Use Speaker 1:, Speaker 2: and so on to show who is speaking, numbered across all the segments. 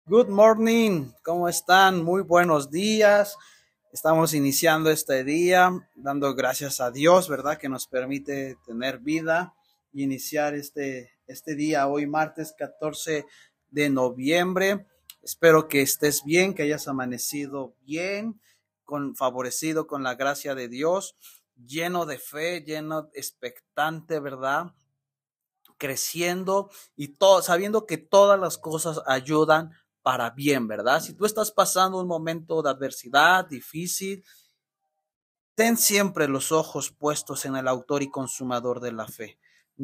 Speaker 1: Good morning, ¿cómo están? Muy buenos días. Estamos iniciando este día dando gracias a Dios, ¿verdad? Que nos permite tener vida y iniciar este día hoy martes 14 de noviembre. Espero que estés bien, que hayas amanecido bien, favorecido con la gracia de Dios, lleno de fe, lleno expectante, ¿verdad? Creciendo y todo, sabiendo que todas las cosas ayudan para bien, ¿verdad? Si tú estás pasando un momento de adversidad difícil, ten siempre los ojos puestos en el autor y consumador de la fe.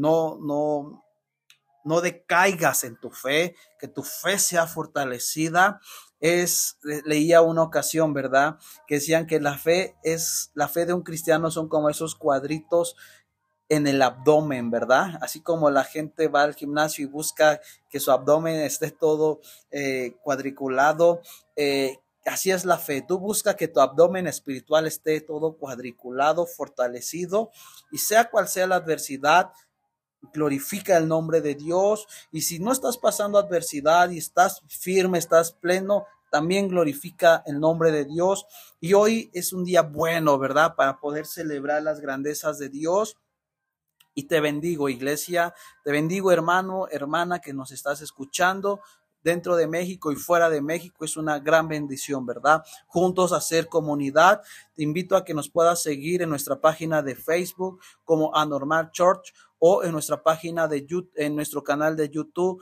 Speaker 1: No decaigas en tu fe, que tu fe sea fortalecida. Leía una ocasión, ¿verdad? Que decían que la fe de un cristiano son como esos cuadritos en el abdomen, ¿verdad? Así como la gente va al gimnasio y busca que su abdomen esté todo cuadriculado, así es la fe. Tú buscas que tu abdomen espiritual esté todo cuadriculado, fortalecido, y sea cual sea la adversidad, glorifica el nombre de Dios. Y si no estás pasando adversidad y estás firme, estás pleno, también glorifica el nombre de Dios. Y hoy es un día bueno, ¿verdad? Para poder celebrar las grandezas de Dios. Y te bendigo, iglesia, te bendigo, hermano, hermana, que nos estás escuchando dentro de México y fuera de México. Es una gran bendición, ¿verdad? Juntos hacer comunidad. Te invito a que nos puedas seguir en nuestra página de Facebook como Anormal Church o en nuestra página de YouTube, en nuestro canal de YouTube,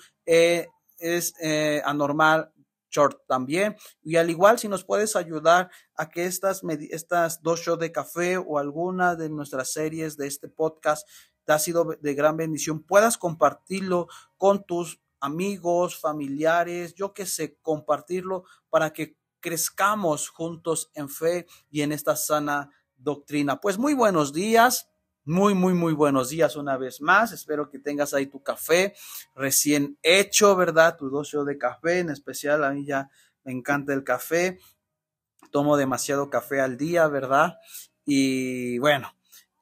Speaker 1: Anormal Church también. Y al igual, si nos puedes ayudar a que estas dos shows de café o alguna de nuestras series de este podcast te ha sido de gran bendición, puedas compartirlo con tus amigos, familiares, yo que sé, compartirlo para que crezcamos juntos en fe y en esta sana doctrina. Pues muy buenos días, muy buenos días una vez más. Espero que tengas ahí tu café recién hecho, ¿verdad? Tu dosis de café, en especial a mí ya me encanta el café. Tomo demasiado café al día, ¿verdad? Y bueno,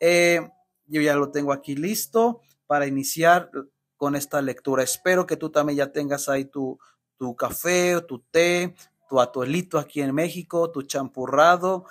Speaker 1: yo ya lo tengo aquí listo para iniciar con esta lectura. Espero que tú también ya tengas ahí tu café o tu té, tu atuelito aquí en México, tu champurrado.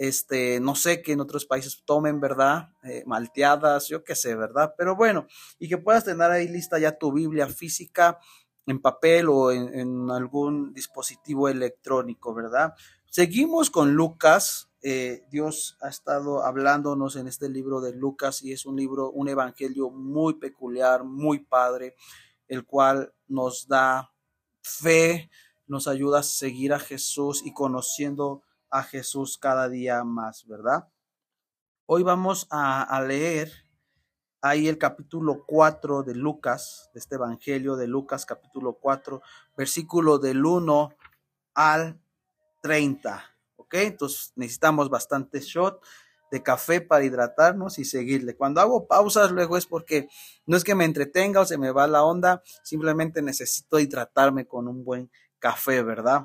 Speaker 1: No sé que en otros países tomen, ¿verdad? Malteadas, yo qué sé, ¿verdad? Pero bueno, y que puedas tener ahí lista ya tu Biblia física en papel o en algún dispositivo electrónico, ¿verdad? Seguimos con Lucas. Dios ha estado hablándonos en este libro de Lucas y es un libro, un evangelio muy peculiar, muy padre, el cual nos da fe, nos ayuda a seguir a Jesús y conociendo a Jesús cada día más, ¿verdad? Hoy vamos a leer ahí el capítulo 4 de Lucas, de este evangelio de Lucas, capítulo 4, versículo del 1 al 30. ¿Ok? Entonces necesitamos bastante shot de café para hidratarnos y seguirle. Cuando hago pausas luego es porque no es que me entretenga o se me va la onda, simplemente necesito hidratarme con un buen café, ¿verdad?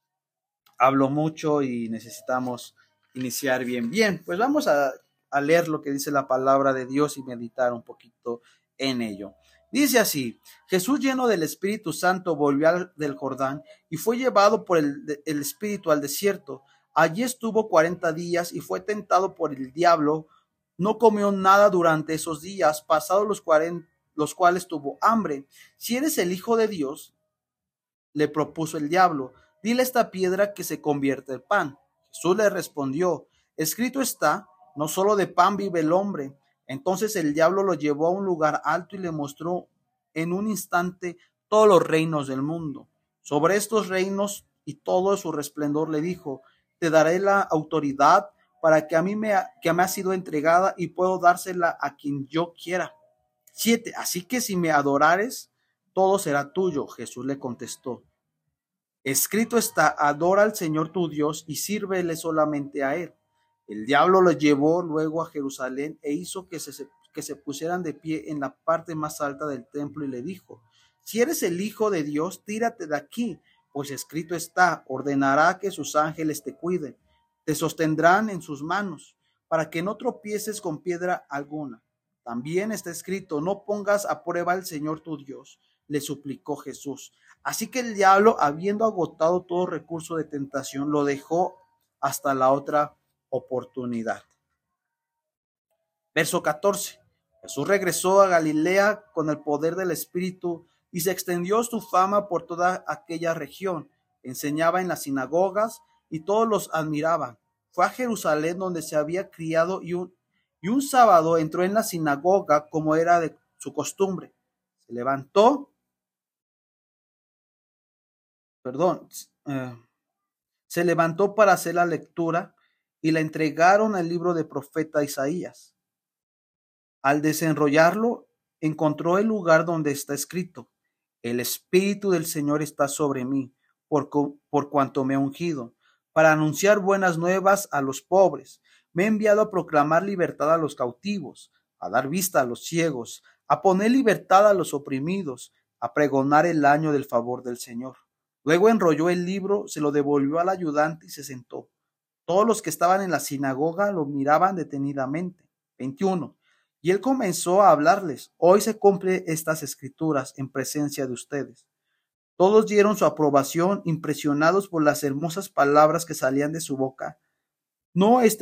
Speaker 1: Hablo mucho y necesitamos iniciar bien. Bien, pues vamos a leer lo que dice la palabra de Dios y meditar un poquito en ello. Dice así: Jesús, lleno del Espíritu Santo, volvió del Jordán y fue llevado por el Espíritu al desierto. Allí estuvo 40 días y fue tentado por el diablo. No comió nada durante esos días, pasados los cuales tuvo hambre. Si eres el Hijo de Dios, le propuso el diablo, dile a esta piedra que se convierta en pan. Jesús le respondió, escrito está, no solo de pan vive el hombre. Entonces el diablo lo llevó a un lugar alto y le mostró en un instante todos los reinos del mundo. Sobre estos reinos y todo su resplendor le dijo, te daré la autoridad para que que me ha sido entregada y puedo dársela a quien yo quiera. 7. Así que si me adorares, todo será tuyo. Jesús le contestó, escrito está, adora al Señor tu Dios y sírvele solamente a Él. El diablo lo llevó luego a Jerusalén e hizo que se pusieran de pie en la parte más alta del templo y le dijo, si eres el Hijo de Dios, tírate de aquí, pues escrito está, ordenará que sus ángeles te cuiden, te sostendrán en sus manos, para que no tropieces con piedra alguna. También está escrito, no pongas a prueba al Señor tu Dios, le suplicó Jesús. Así que el diablo, habiendo agotado todo recurso de tentación, lo dejó hasta la otra oportunidad. Verso 14. Jesús regresó a Galilea con el poder del Espíritu y se extendió su fama por toda aquella región. Enseñaba en las sinagogas y todos los admiraban. Fue a Jerusalén donde se había criado y un sábado entró en la sinagoga como era de su costumbre. Se levantó, perdón, se levantó para hacer la lectura y le entregaron el libro del profeta Isaías. Al desenrollarlo, encontró el lugar donde está escrito: el Espíritu del Señor está sobre mí, por cuanto me ha ungido, para anunciar buenas nuevas a los pobres. Me ha enviado a proclamar libertad a los cautivos, a dar vista a los ciegos, a poner libertad a los oprimidos, a pregonar el año del favor del Señor. Luego enrolló el libro, se lo devolvió al ayudante y se sentó. Todos los que estaban en la sinagoga lo miraban detenidamente. 21. Y él comenzó a hablarles: hoy se cumplen estas escrituras en presencia de ustedes. Todos dieron su aprobación, impresionados por las hermosas palabras que salían de su boca. ¿No es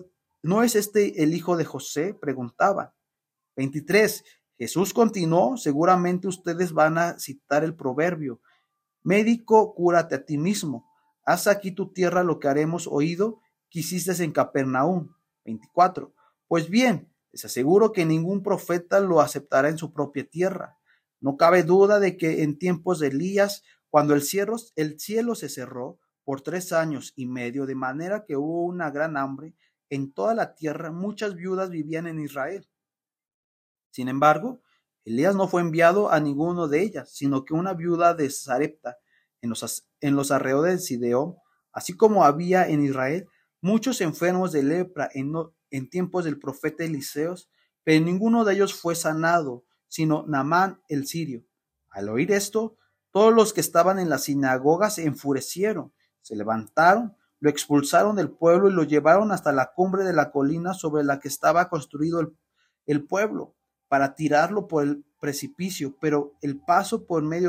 Speaker 1: este el hijo de José?, preguntaban. 23. Jesús continuó: seguramente ustedes van a citar el proverbio: médico, cúrate a ti mismo. Haz aquí tu tierra lo que haremos oído que hiciste en Capernaum. 24. Pues bien, les aseguro que ningún profeta lo aceptará en su propia tierra. No cabe duda de que en tiempos de Elías, cuando el cielo se cerró por 3 años y medio, de manera que hubo una gran hambre en toda la tierra, muchas viudas vivían en Israel. Sin embargo, Elías no fue enviado a ninguno de ellas, sino que una viuda de Sarepta, en los alrededores de Sidón, así como había en Israel muchos enfermos de lepra en tiempos del profeta Eliseos, pero ninguno de ellos fue sanado, sino Naamán el sirio. Al oír esto, todos los que estaban en la sinagoga se enfurecieron, se levantaron, lo expulsaron del pueblo y lo llevaron hasta la cumbre de la colina sobre la que estaba construido el pueblo, para tirarlo por el precipicio, pero él pasó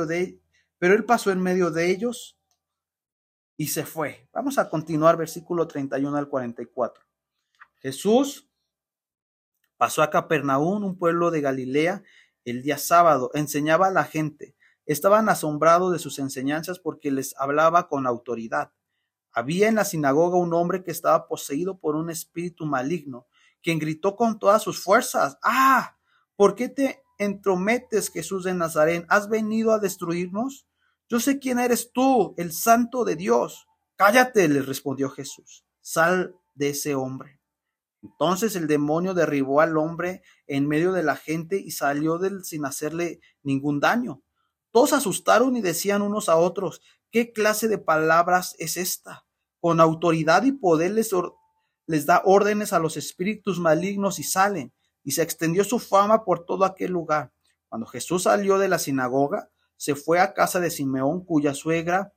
Speaker 1: en medio de ellos y se fue. Vamos a continuar, versículo 31 al 44. Jesús pasó a Capernaum, un pueblo de Galilea, el día sábado. Enseñaba a la gente. Estaban asombrados de sus enseñanzas porque les hablaba con autoridad. Había en la sinagoga un hombre que estaba poseído por un espíritu maligno, quien gritó con todas sus fuerzas: ¡Ah! ¿Por qué te entrometes, Jesús de Nazaret? ¿Has venido a destruirnos? Yo sé quién eres tú, el Santo de Dios. Cállate, le respondió Jesús. Sal de ese hombre. Entonces el demonio derribó al hombre en medio de la gente y salió de él sin hacerle ningún daño. Todos asustaron y decían unos a otros: ¿qué clase de palabras es esta? Con autoridad y poder les da órdenes a los espíritus malignos y salen. Y se extendió su fama por todo aquel lugar. Cuando Jesús salió de la sinagoga, se fue a casa de Simeón, cuya suegra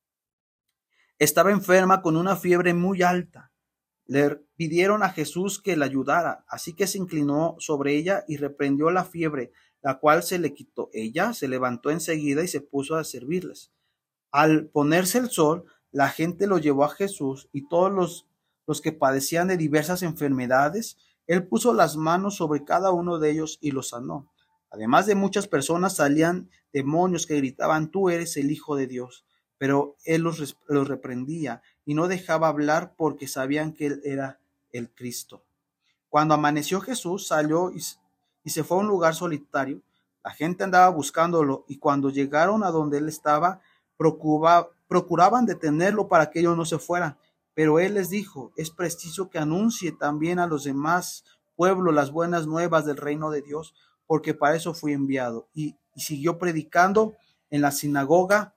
Speaker 1: estaba enferma con una fiebre muy alta. Le pidieron a Jesús que la ayudara, así que se inclinó sobre ella y reprendió la fiebre, la cual se le quitó. Ella se levantó enseguida y se puso a servirles. Al ponerse el sol, la gente lo llevó a Jesús, y todos los que padecían de diversas enfermedades, él puso las manos sobre cada uno de ellos y los sanó. Además de muchas personas salían demonios que gritaban: tú eres el Hijo de Dios. Pero él los reprendía y no dejaba hablar porque sabían que él era el Cristo. Cuando amaneció, Jesús salió y se fue a un lugar solitario. La gente andaba buscándolo, y cuando llegaron a donde él estaba, procuraban detenerlo para que ellos no se fueran. Pero él les dijo: es preciso que anuncie también a los demás pueblos las buenas nuevas del reino de Dios, porque para eso fui enviado. Y siguió predicando en la sinagoga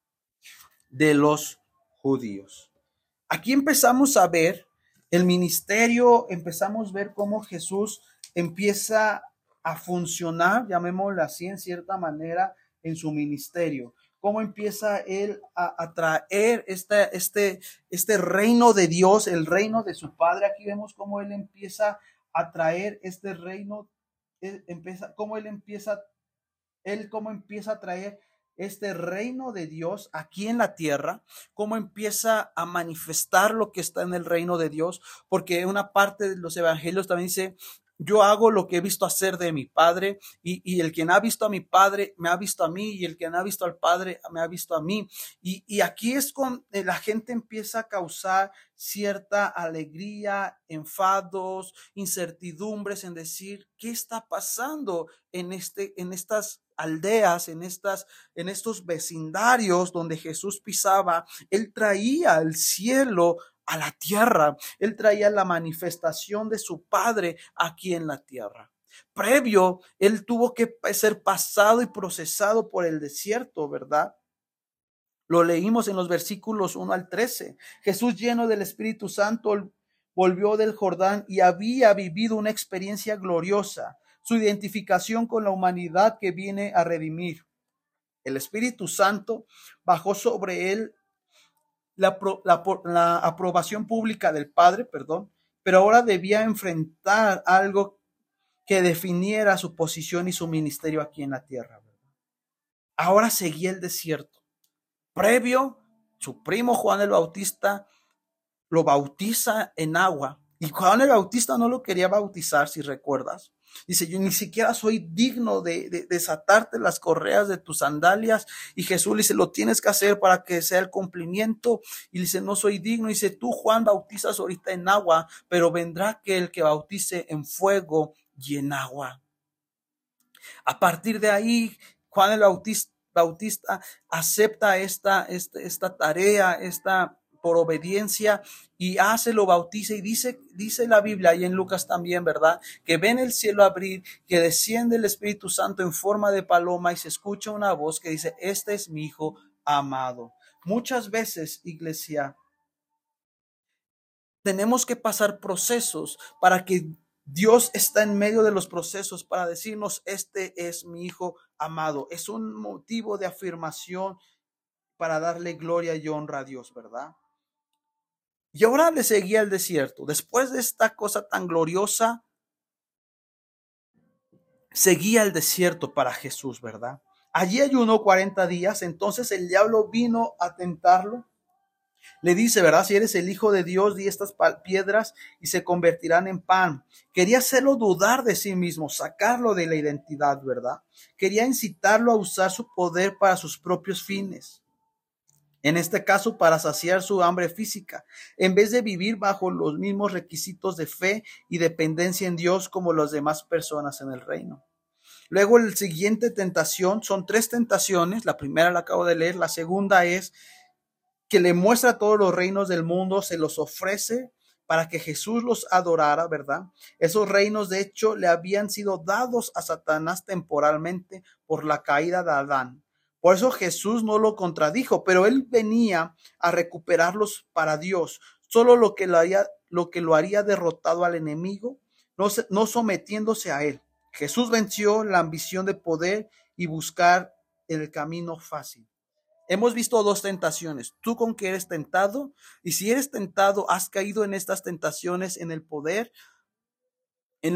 Speaker 1: de los judíos. Aquí empezamos a ver el ministerio, empezamos a ver cómo Jesús empieza a funcionar, llamémoslo así, en cierta manera, en su ministerio. Cómo empieza él a traer este reino de Dios, el reino de su Padre. Aquí vemos cómo él empieza a traer este reino, cómo empieza a traer este reino de Dios aquí en la tierra, cómo empieza a manifestar lo que está en el reino de Dios, porque una parte de los evangelios también dice, yo hago lo que he visto hacer de mi Padre, y el quien ha visto a mi Padre me ha visto a mí, y el quien ha visto al Padre me ha visto a mí. Y aquí es con la gente empieza a causar cierta alegría, enfados, incertidumbres en decir, ¿qué está pasando en estas aldeas, en estos vecindarios donde Jesús pisaba? Él traía el cielo a la tierra. Él traía la manifestación de su Padre aquí en la tierra. Previo, él tuvo que ser pasado y procesado por el desierto, ¿verdad? Lo leímos en los versículos 1 al 13. Jesús, lleno del Espíritu Santo, volvió del Jordán y había vivido una experiencia gloriosa, su identificación con la humanidad que viene a redimir. El Espíritu Santo bajó sobre él la aprobación pública del Padre, pero ahora debía enfrentar algo que definiera su posición y su ministerio aquí en la tierra. Ahora seguía el desierto. Previo, su primo Juan el Bautista lo bautiza en agua, y Juan el Bautista no lo quería bautizar, si recuerdas. Dice, yo ni siquiera soy digno de desatarte las correas de tus sandalias. Y Jesús le dice, lo tienes que hacer para que sea el cumplimiento. Y le dice, no soy digno. Y dice, tú, Juan, bautizas ahorita en agua, pero vendrá aquel que bautice en fuego y en agua. A partir de ahí, Juan el Bautista acepta esta tarea, por obediencia, y lo bautiza, y dice la Biblia, y en Lucas también, ¿verdad? Que ven el cielo abrir, que desciende el Espíritu Santo en forma de paloma, y se escucha una voz que dice, este es mi Hijo amado. Muchas veces, iglesia, tenemos que pasar procesos para que Dios está en medio de los procesos para decirnos, este es mi Hijo amado. Es un motivo de afirmación para darle gloria y honra a Dios, ¿verdad? Y ahora le seguía el desierto. Después de esta cosa tan gloriosa, seguía el desierto para Jesús, ¿verdad? Allí ayunó 40 días. Entonces el diablo vino a tentarlo. Le dice, ¿verdad? Si eres el Hijo de Dios, di estas piedras y se convertirán en pan. Quería hacerlo dudar de sí mismo, sacarlo de la identidad, ¿verdad? Quería incitarlo a usar su poder para sus propios fines. En este caso, para saciar su hambre física, en vez de vivir bajo los mismos requisitos de fe y dependencia en Dios como las demás personas en el reino. Luego, la siguiente tentación, son 3 tentaciones. La primera la acabo de leer. La segunda es que le muestra todos los reinos del mundo, se los ofrece para que Jesús los adorara, ¿verdad? Esos reinos, de hecho, le habían sido dados a Satanás temporalmente por la caída de Adán. Por eso Jesús no lo contradijo, pero él venía a recuperarlos para Dios. Solo lo que lo haría derrotado al enemigo, no sometiéndose a él. Jesús venció la ambición de poder y buscar el camino fácil. Hemos visto 2 tentaciones. ¿Tú con qué eres tentado? Y si eres tentado, has caído en estas tentaciones en el poder. En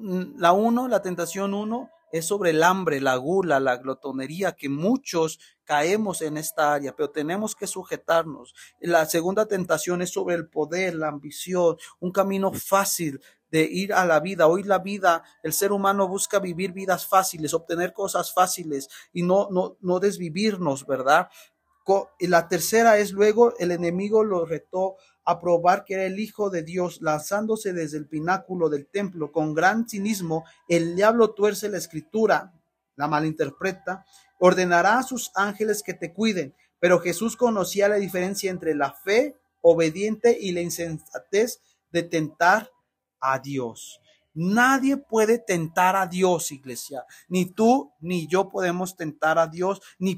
Speaker 1: la tentación 1 es sobre el hambre, la gula, la glotonería, que muchos caemos en esta área, pero tenemos que sujetarnos. La segunda tentación es sobre el poder, la ambición, un camino fácil de ir a la vida. Hoy la vida, el ser humano busca vivir vidas fáciles, obtener cosas fáciles y no desvivirnos, ¿verdad? Y la tercera es luego el enemigo lo retó a probar que era el Hijo de Dios, lanzándose desde el pináculo del templo con gran cinismo. El diablo tuerce la escritura, la malinterpreta, ordenará a sus ángeles que te cuiden, pero Jesús conocía la diferencia entre la fe obediente y la insensatez de tentar a Dios. Nadie puede tentar a Dios, iglesia. Ni tú ni yo podemos tentar a Dios,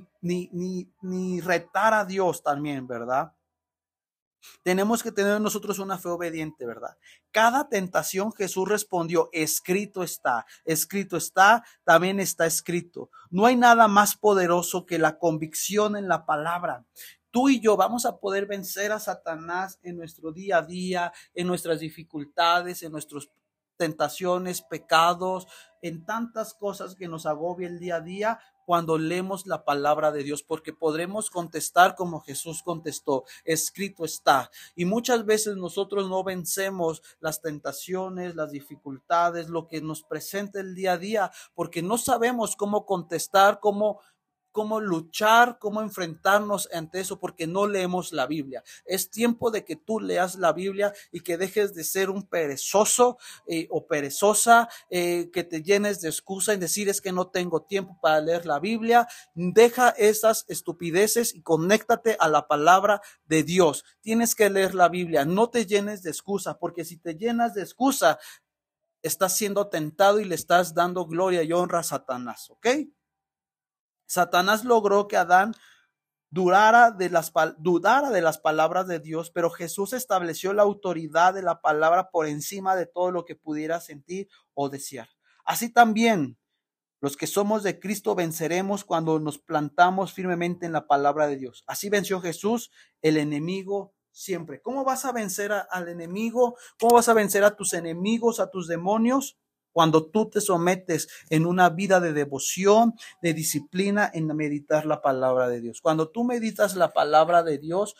Speaker 1: ni retar a Dios también, ¿verdad? Tenemos que tener nosotros una fe obediente, ¿verdad? Cada tentación Jesús respondió, escrito está, también está escrito. No hay nada más poderoso que la convicción en la palabra. Tú y yo vamos a poder vencer a Satanás en nuestro día a día, en nuestras dificultades, en nuestras tentaciones, pecados, en tantas cosas que nos agobia el día a día, cuando leemos la palabra de Dios, porque podremos contestar como Jesús contestó, escrito está. Y muchas veces nosotros no vencemos las tentaciones, las dificultades, lo que nos presenta el día a día, porque no sabemos cómo contestar, cómo luchar, cómo enfrentarnos ante eso, porque no leemos la Biblia. Es tiempo de que tú leas la Biblia y que dejes de ser un perezoso o perezosa, que te llenes de excusa en decir es que no tengo tiempo para leer la Biblia. Deja esas estupideces y conéctate a la palabra de Dios. Tienes que leer la Biblia, no te llenes de excusa, porque si te llenas de excusa, estás siendo tentado y le estás dando gloria y honra a Satanás, ¿ok? Satanás logró que Adán dudara de las palabras de Dios, pero Jesús estableció la autoridad de la palabra por encima de todo lo que pudiera sentir o desear. Así también, los que somos de Cristo venceremos cuando nos plantamos firmemente en la palabra de Dios. Así venció Jesús el enemigo siempre. ¿Cómo vas a vencer al enemigo? ¿Cómo vas a vencer a tus enemigos, a tus demonios? Cuando tú te sometes en una vida de devoción, de disciplina, en meditar la palabra de Dios. Cuando tú meditas la palabra de Dios,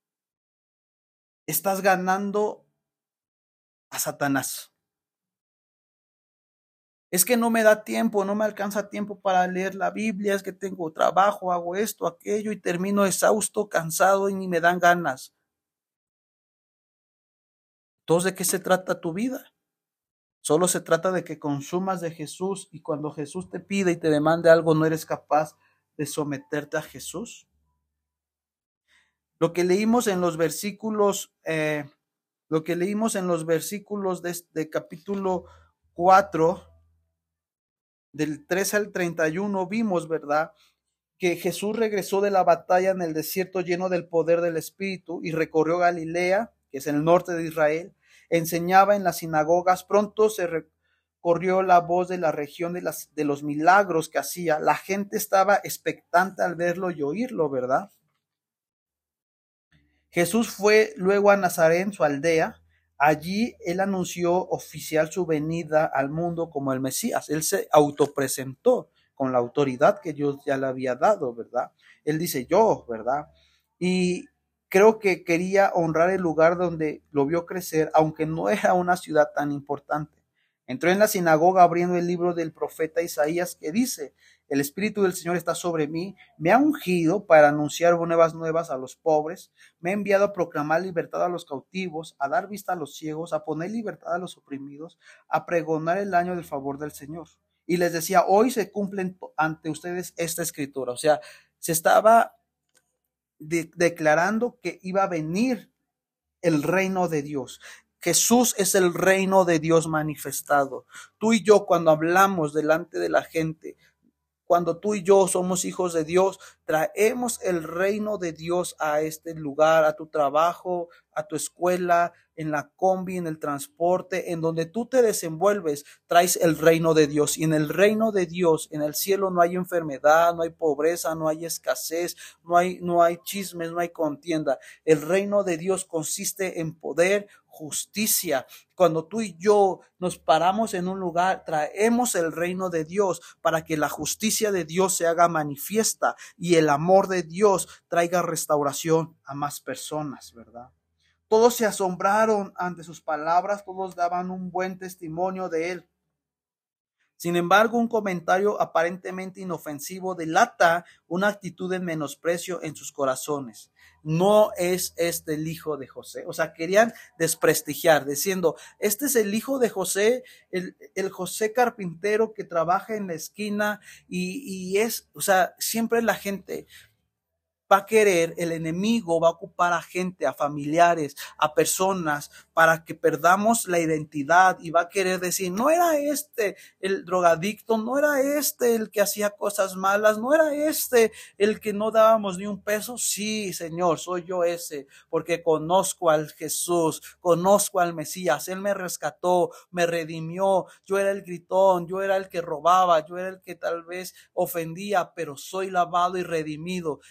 Speaker 1: estás ganando a Satanás. Es que no me da tiempo, no me alcanza tiempo para leer la Biblia, es que tengo trabajo, hago esto, aquello y termino exhausto, cansado y ni me dan ganas. Entonces, ¿de qué se trata tu vida? Solo se trata de que consumas de Jesús, y cuando Jesús te pide y te demande algo, no eres capaz de someterte a Jesús. Lo que leímos en los versículos, de capítulo 4, del 3 al 31, vimos, ¿verdad?, que Jesús regresó de la batalla en el desierto lleno del poder del Espíritu y recorrió Galilea, que es el norte de Israel, enseñaba en las sinagogas. Pronto se recorrió la voz de la región de los milagros que hacía. La gente estaba expectante al verlo y oírlo, ¿verdad? Jesús fue luego a Nazaret, su aldea. Allí él anunció oficial su venida al mundo como el Mesías. Él se autopresentó con la autoridad que Dios ya le había dado, ¿verdad? Él dice yo, ¿verdad? Y creo que quería honrar el lugar donde lo vio crecer, aunque no era una ciudad tan importante. Entró en la sinagoga abriendo el libro del profeta Isaías, que dice: el Espíritu del Señor está sobre mí, me ha ungido para anunciar buenas nuevas a los pobres, me ha enviado a proclamar libertad a los cautivos, a dar vista a los ciegos, a poner libertad a los oprimidos, a pregonar el año del favor del Señor. Y les decía, hoy se cumple ante ustedes esta escritura. O sea, se estaba declarando que iba a venir el reino de Dios. Jesús es el reino de Dios manifestado. Tú y yo, cuando hablamos delante de la gente, cuando tú y yo somos hijos de Dios, traemos el reino de Dios a este lugar, a tu trabajo, a tu escuela, en la combi, en el transporte, en donde tú te desenvuelves, traes el reino de Dios. Y en el reino de Dios, en el cielo, no hay enfermedad, no hay pobreza, no hay escasez, no hay chismes, no hay contienda. El reino de Dios consiste en poder, justicia. Cuando tú y yo nos paramos en un lugar, traemos el reino de Dios para que la justicia de Dios se haga manifiesta y el amor de Dios traiga restauración a más personas, ¿verdad? Todos se asombraron ante sus palabras, todos daban un buen testimonio de él. Sin embargo, un comentario aparentemente inofensivo delata una actitud de menosprecio en sus corazones. No es este el hijo de José. O sea, querían desprestigiar, diciendo, este es el hijo de José, el José carpintero que trabaja en la esquina y es, o sea, siempre la gente va a querer, el enemigo va a ocupar a gente, a familiares, a personas, para que perdamos la identidad, y va a querer decir, no era este el drogadicto, no era este el que hacía cosas malas, no era este el que no dábamos ni un peso. Sí, Señor, soy yo ese, porque conozco al Jesús, conozco al Mesías, Él me rescató, me redimió. Yo era el gritón, yo era el que robaba, yo era el que tal vez ofendía, pero soy lavado y redimido, y ahora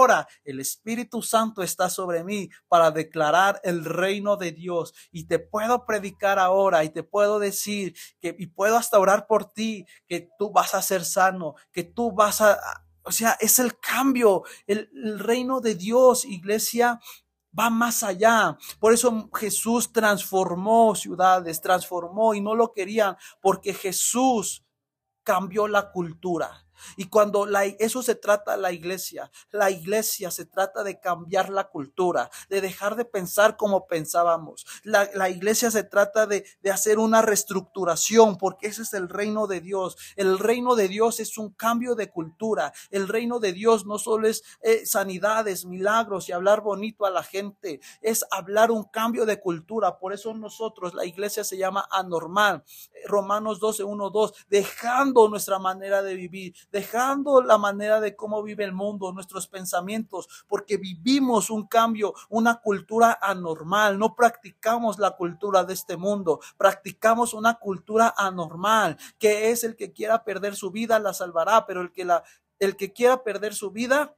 Speaker 1: ahora el Espíritu Santo está sobre mí para declarar el reino de Dios. Y te puedo predicar ahora y te puedo decir y puedo hasta orar por ti, que tú vas a ser sano, que tú vas o sea, es el cambio, el reino de Dios, iglesia, va más allá. Por eso Jesús transformó ciudades, transformó, y no lo querían porque Jesús cambió la cultura. Y cuando eso se trata la iglesia se trata de cambiar la cultura, de dejar de pensar como pensábamos. La iglesia se trata de hacer una reestructuración, porque ese es el reino de Dios. El reino de Dios es un cambio de cultura. El reino de Dios no solo es sanidades, milagros y hablar bonito a la gente, es hablar un cambio de cultura. Por eso nosotros, la iglesia se llama anormal. Romanos 12:1-2, dejando nuestra manera de vivir, dejando la manera de cómo vive el mundo, nuestros pensamientos, porque vivimos un cambio, una cultura anormal. No practicamos la cultura de este mundo, practicamos una cultura anormal, que es el que quiera perder su vida la salvará, pero el que quiera perder su vida,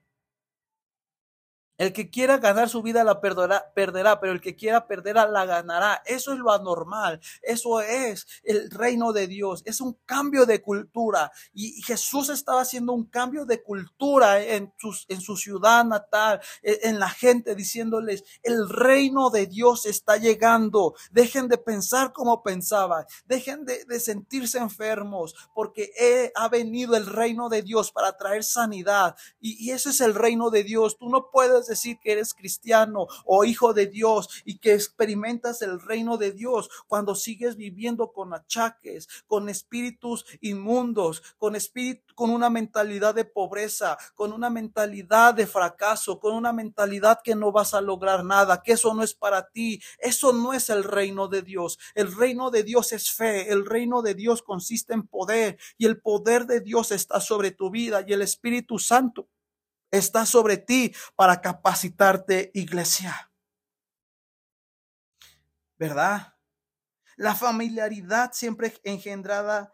Speaker 1: el que quiera ganar su vida la perderá, pero el que quiera perderla la ganará. Eso es lo anormal. Eso es el reino de Dios. Es un cambio de cultura. Y Jesús estaba haciendo un cambio de cultura en su ciudad natal, en la gente, diciéndoles, el reino de Dios está llegando. Dejen de pensar como pensaban. Dejen de sentirse enfermos, porque ha venido el reino de Dios para traer sanidad. Y ese es el reino de Dios. Tú no puedes decir que eres cristiano o hijo de Dios y que experimentas el reino de Dios cuando sigues viviendo con achaques, con espíritus inmundos, con una mentalidad de pobreza, con una mentalidad de fracaso, con una mentalidad que no vas a lograr nada, que eso no es para ti. Eso no es el reino de Dios. El reino de Dios es fe. El reino de Dios consiste en poder, y el poder de Dios está sobre tu vida, y el Espíritu Santo está sobre ti para capacitarte, iglesia. ¿Verdad? La familiaridad siempre engendrará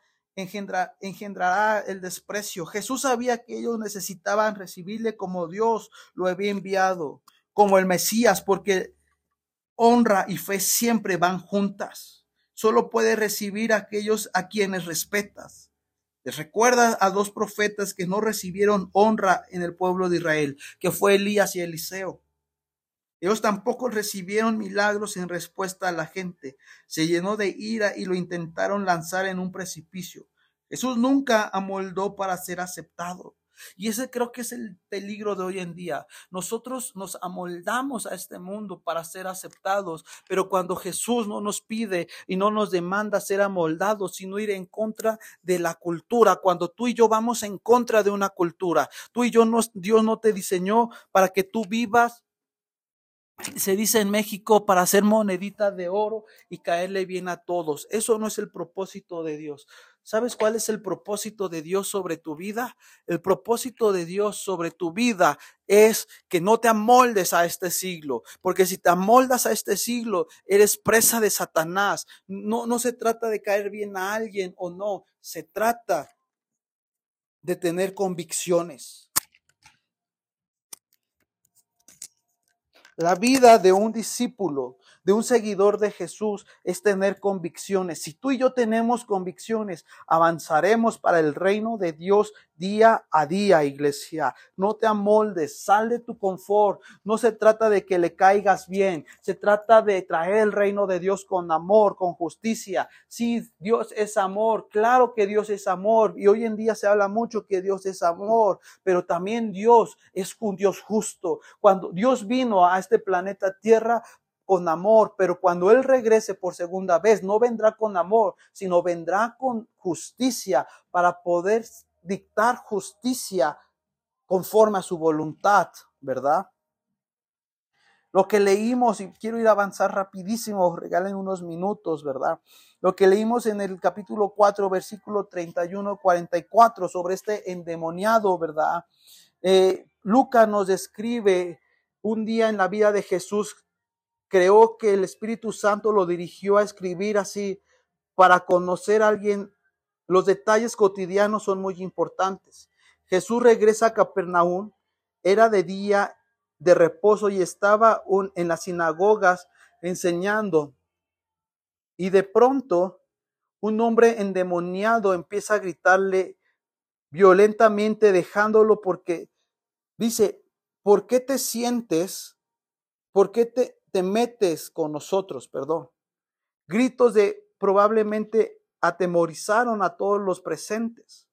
Speaker 1: el desprecio. Jesús sabía que ellos necesitaban recibirle como Dios lo había enviado, como el Mesías, porque honra y fe siempre van juntas. Solo puedes recibir a aquellos a quienes respetas. Les recuerda a dos profetas que no recibieron honra en el pueblo de Israel, que fue Elías y Eliseo. Ellos tampoco recibieron milagros en respuesta a la gente. Se llenó de ira y lo intentaron lanzar en un precipicio. Jesús nunca amoldó para ser aceptado. Y ese creo que es el peligro de hoy en día. Nosotros nos amoldamos a este mundo para ser aceptados, pero cuando Jesús no nos pide y no nos demanda ser amoldados, sino ir en contra de la cultura, cuando tú y yo vamos en contra de una cultura, tú y yo, Dios no te diseñó para que tú vivas, se dice en México, para hacer monedita de oro y caerle bien a todos. Eso no es el propósito de Dios. ¿Sabes cuál es el propósito de Dios sobre tu vida? El propósito de Dios sobre tu vida es que no te amoldes a este siglo, porque si te amoldas a este siglo, eres presa de Satanás. No se trata de caer bien a alguien o no, se trata de tener convicciones. La vida de un discípulo, de un seguidor de Jesús, es tener convicciones. Si tú y yo tenemos convicciones, avanzaremos para el reino de Dios día a día, iglesia. No te amoldes, sal de tu confort. No se trata de que le caigas bien, se trata de traer el reino de Dios con amor, con justicia. Sí, Dios es amor, claro que Dios es amor, y hoy en día se habla mucho que Dios es amor, pero también Dios es un Dios justo. Cuando Dios vino a este planeta Tierra con amor, pero cuando Él regrese por segunda vez, no vendrá con amor, sino vendrá con justicia para poder dictar justicia conforme a su voluntad, ¿verdad? Lo que leímos, y quiero ir a avanzar rapidísimo, regalen unos minutos, ¿verdad? Lo que leímos en el capítulo 4, versículo 31-44, sobre este endemoniado, ¿verdad? Lucas nos describe un día en la vida de Jesús. Creo que el Espíritu Santo lo dirigió a escribir así para conocer a alguien. Los detalles cotidianos son muy importantes. Jesús regresa a Capernaum era de día de reposo y estaba en las sinagogas enseñando. Y de pronto un hombre endemoniado empieza a gritarle violentamente, dejándolo porque dice, ¿por qué te sientes? ¿Por qué te metes con nosotros? Perdón. Gritos de probablemente atemorizaron a todos los presentes.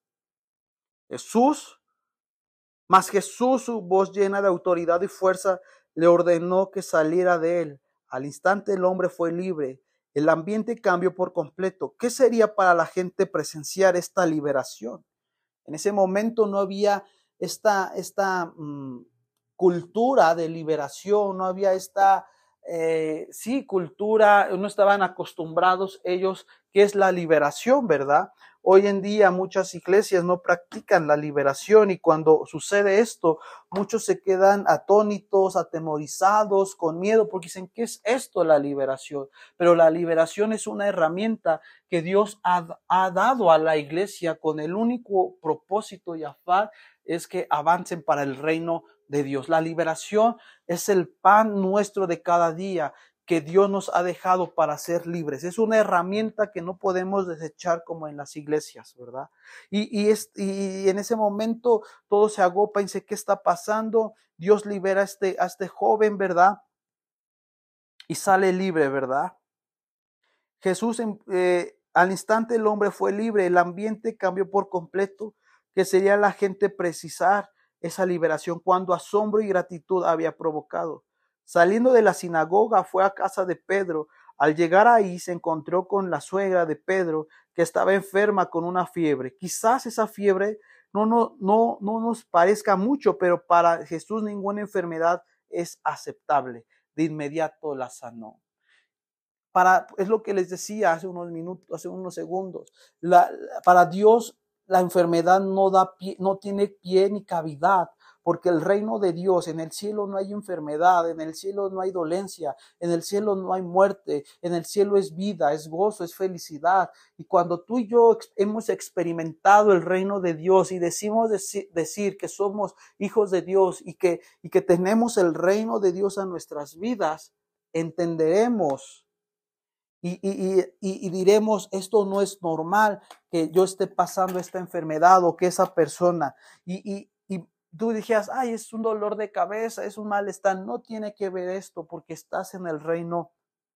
Speaker 1: Mas Jesús, su voz llena de autoridad y fuerza, le ordenó que saliera de él. Al instante el hombre fue libre. El ambiente cambió por completo. ¿Qué sería para la gente presenciar esta liberación? En ese momento no había esta cultura de liberación, no había esta cultura, no estaban acostumbrados ellos qué es la liberación, ¿verdad? Hoy en día muchas iglesias no practican la liberación y cuando sucede esto, muchos se quedan atónitos, atemorizados, con miedo, porque dicen, ¿qué es esto la liberación? Pero la liberación es una herramienta que Dios ha dado a la iglesia con el único propósito y afán es que avancen para el reino de Dios. La liberación es el pan nuestro de cada día que Dios nos ha dejado para ser libres. Es una herramienta que no podemos desechar como en las iglesias, ¿verdad? Y en ese momento todo se agopa y dice, ¿qué está pasando? Dios libera a este joven, ¿verdad? Y sale libre, ¿verdad? Jesús, al instante el hombre fue libre, el ambiente cambió por completo, que sería la gente precisar esa liberación cuando asombro y gratitud había provocado. Saliendo de la sinagoga fue a casa de Pedro. Al llegar ahí se encontró con la suegra de Pedro que estaba enferma con una fiebre. Quizás esa fiebre no nos parezca mucho, pero para Jesús ninguna enfermedad es aceptable. De inmediato la sanó. Es lo que les decía hace unos minutos, hace unos segundos. Para Dios la enfermedad no tiene pie ni cavidad, porque el reino de Dios, en el cielo no hay enfermedad, en el cielo no hay dolencia, en el cielo no hay muerte, en el cielo es vida, es gozo, es felicidad. Y cuando tú y yo hemos experimentado el reino de Dios y decimos decir que somos hijos de Dios y que tenemos el reino de Dios en nuestras vidas, entenderemos y diremos, esto no es normal que yo esté pasando esta enfermedad o que esa persona, y tú dijeras, ay, es un dolor de cabeza, es un malestar. No tiene que ver esto porque estás en el reino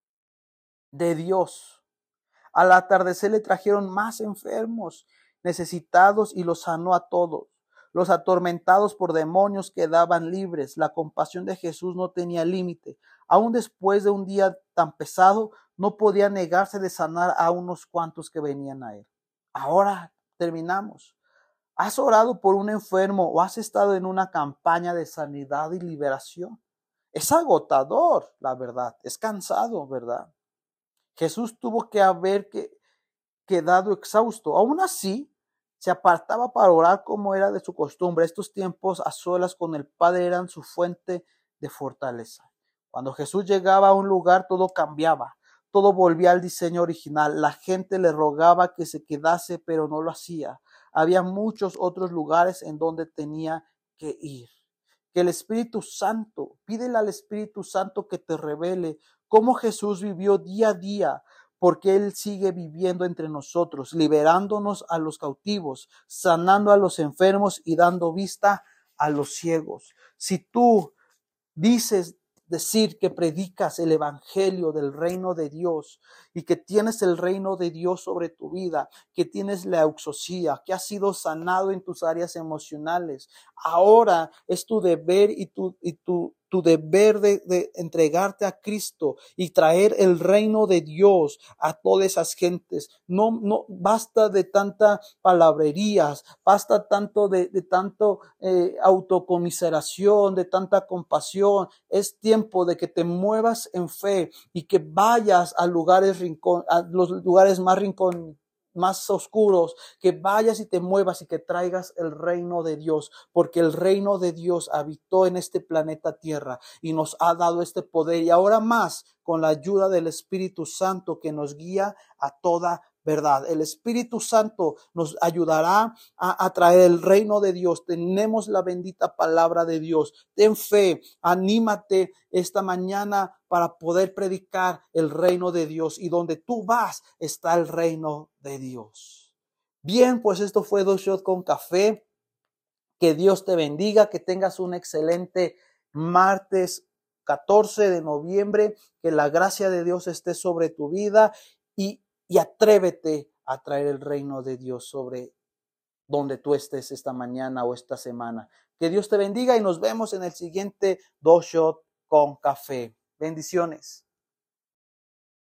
Speaker 1: de Dios. Al atardecer le trajeron más enfermos, necesitados, y los sanó a todos. Los atormentados por demonios quedaban libres. La compasión de Jesús no tenía límite. Aún después de un día tan pesado, no podía negarse de sanar a unos cuantos que venían a él. Ahora terminamos. ¿Has orado por un enfermo o has estado en una campaña de sanidad y liberación? Es agotador, la verdad. Es cansado, ¿verdad? Jesús tuvo que haber quedado exhausto. Aún así, se apartaba para orar como era de su costumbre. Estos tiempos a solas con el Padre eran su fuente de fortaleza. Cuando Jesús llegaba a un lugar, todo cambiaba. Todo volvía al diseño original. La gente le rogaba que se quedase, pero no lo hacía. Había muchos otros lugares en donde tenía que ir. Que el Espíritu Santo, pídele al Espíritu Santo que te revele cómo Jesús vivió día a día, porque Él sigue viviendo entre nosotros, liberándonos a los cautivos, sanando a los enfermos y dando vista a los ciegos. Si tú decir que predicas el evangelio del reino de Dios y que tienes el reino de Dios sobre tu vida, que tienes la euxosía, que has sido sanado en tus áreas emocionales, ahora es tu deber y tu deber de entregarte a Cristo y traer el reino de Dios a todas esas gentes. No basta de tanta palabrerías, basta tanto de tanto autocomiseración, de tanta compasión. Es tiempo de que te muevas en fe y que vayas a los lugares más oscuros, que vayas y te muevas y que traigas el reino de Dios, porque el reino de Dios habitó en este planeta Tierra y nos ha dado este poder, y ahora más con la ayuda del Espíritu Santo que nos guía a toda ¿verdad? El Espíritu Santo nos ayudará a traer el reino de Dios. Tenemos la bendita palabra de Dios. Ten fe, anímate esta mañana para poder predicar el reino de Dios. Y donde tú vas está el reino de Dios. Bien, pues esto fue 2 Shots con Café. Que Dios te bendiga, que tengas un excelente martes 14 de noviembre, que la gracia de Dios esté sobre tu vida y atrévete a traer el reino de Dios sobre donde tú estés esta mañana o esta semana. Que Dios te bendiga y nos vemos en el siguiente 2 Shots con Café. Bendiciones.